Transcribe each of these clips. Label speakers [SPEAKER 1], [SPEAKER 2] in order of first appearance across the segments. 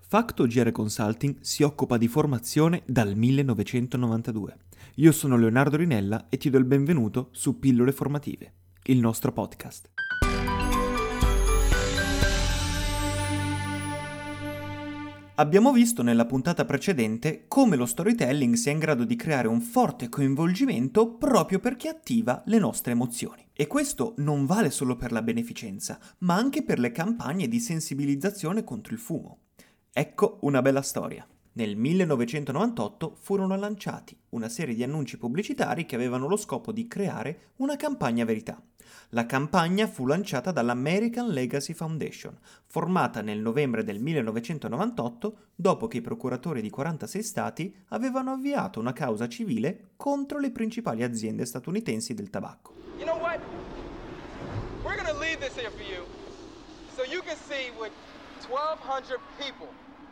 [SPEAKER 1] Facto GR Consulting si occupa di formazione dal 1992. Io sono Leonardo Rinella e ti do il benvenuto su Pillole Formative, il nostro podcast. Abbiamo visto nella puntata precedente come lo storytelling sia in grado di creare un forte coinvolgimento proprio perché attiva le nostre emozioni. E questo non vale solo per la beneficenza, ma anche per le campagne di sensibilizzazione contro il fumo. Ecco una bella storia. Nel 1998 furono lanciati una serie di annunci pubblicitari che avevano lo scopo di creare una campagna verità. La campagna fu lanciata dall'American Legacy Foundation, formata nel novembre del 1998 dopo che i procuratori di 46 stati avevano avviato una causa civile contro le principali aziende statunitensi del tabacco.
[SPEAKER 2] You know what? We're gonna leave this here for you so you can see what 1,200 people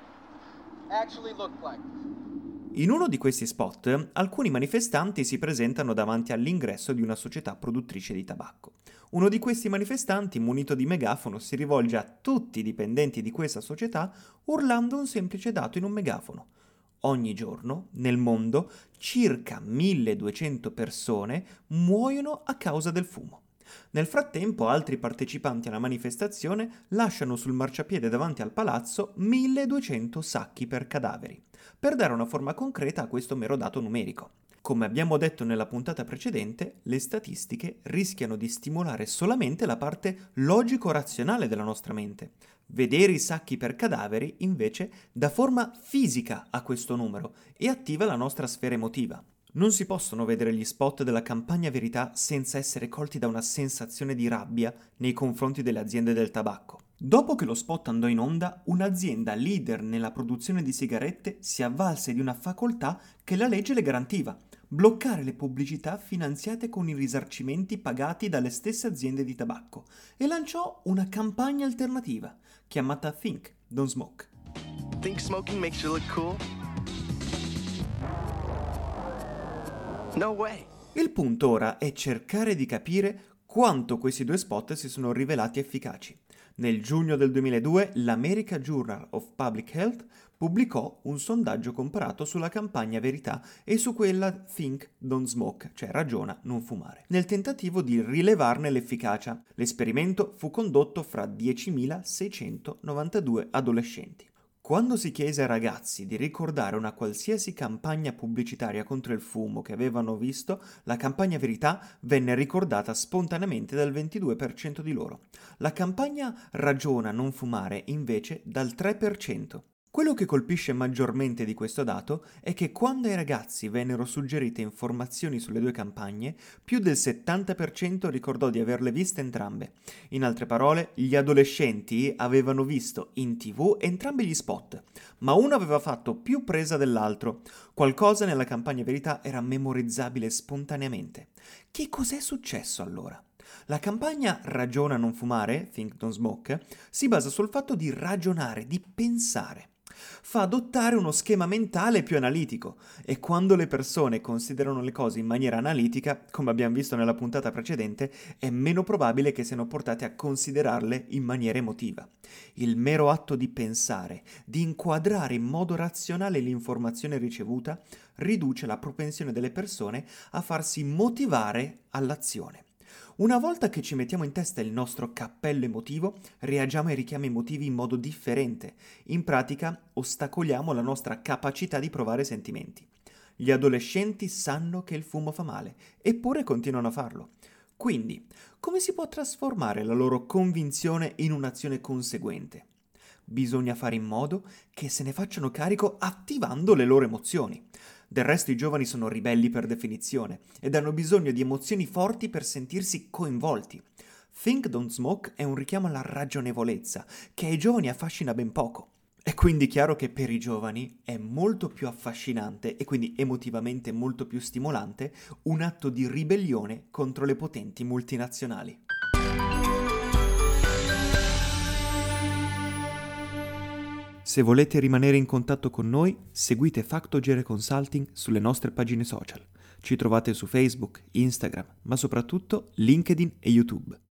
[SPEAKER 2] actually look like.
[SPEAKER 1] In uno di questi spot, alcuni manifestanti si presentano davanti all'ingresso di una società produttrice di tabacco. Uno di questi manifestanti, munito di megafono, si rivolge a tutti i dipendenti di questa società urlando un semplice dato in un megafono. Ogni giorno, nel mondo, circa 1200 persone muoiono a causa del fumo. Nel frattempo, altri partecipanti alla manifestazione lasciano sul marciapiede davanti al palazzo 1200 sacchi per cadaveri, per dare una forma concreta a questo mero dato numerico. Come abbiamo detto nella puntata precedente, le statistiche rischiano di stimolare solamente la parte logico-razionale della nostra mente. Vedere i sacchi per cadaveri, invece, dà forma fisica a questo numero e attiva la nostra sfera emotiva. Non si possono vedere gli spot della campagna verità senza essere colti da una sensazione di rabbia nei confronti delle aziende del tabacco. Dopo che lo spot andò in onda, un'azienda leader nella produzione di sigarette si avvalse di una facoltà che la legge le garantiva: bloccare le pubblicità finanziate con i risarcimenti pagati dalle stesse aziende di tabacco, e lanciò una campagna alternativa chiamata Think, Don't Smoke.
[SPEAKER 3] Think smoking makes you look cool? No way!
[SPEAKER 1] Il punto ora è cercare di capire quanto questi due spot si sono rivelati efficaci. Nel giugno del 2002 l'American Journal of Public Health pubblicò un sondaggio comparato sulla campagna verità e su quella Think Don't Smoke, cioè ragiona non fumare, nel tentativo di rilevarne l'efficacia. L'esperimento fu condotto fra 10.692 adolescenti. Quando si chiese ai ragazzi di ricordare una qualsiasi campagna pubblicitaria contro il fumo che avevano visto, la campagna verità venne ricordata spontaneamente dal 22% di loro. La campagna ragiona non fumare invece dal 3%. Quello che colpisce maggiormente di questo dato è che quando ai ragazzi vennero suggerite informazioni sulle due campagne, più del 70% ricordò di averle viste entrambe. In altre parole, gli adolescenti avevano visto in TV entrambi gli spot, ma uno aveva fatto più presa dell'altro. Qualcosa nella campagna verità era memorizzabile spontaneamente. Che cos'è successo allora? La campagna Ragiona non fumare, Think Don't Smoke, si basa sul fatto di ragionare, di pensare. Fa adottare uno schema mentale più analitico, e quando le persone considerano le cose in maniera analitica, come abbiamo visto nella puntata precedente, è meno probabile che siano portate a considerarle in maniera emotiva. Il mero atto di pensare, di inquadrare in modo razionale l'informazione ricevuta, riduce la propensione delle persone a farsi motivare all'azione. Una volta che ci mettiamo in testa il nostro cappello emotivo, reagiamo ai richiami emotivi in modo differente. In pratica, ostacoliamo la nostra capacità di provare sentimenti. Gli adolescenti sanno che il fumo fa male, eppure continuano a farlo. Quindi, come si può trasformare la loro convinzione in un'azione conseguente? Bisogna fare in modo che se ne facciano carico attivando le loro emozioni. Del resto i giovani sono ribelli per definizione ed hanno bisogno di emozioni forti per sentirsi coinvolti. Think Don't Smoke è un richiamo alla ragionevolezza che ai giovani affascina ben poco. È quindi chiaro che per i giovani è molto più affascinante e quindi emotivamente molto più stimolante un atto di ribellione contro le potenti multinazionali. Se volete rimanere in contatto con noi, seguite Facto GR Consulting sulle nostre pagine social. Ci trovate su Facebook, Instagram, ma soprattutto LinkedIn e YouTube.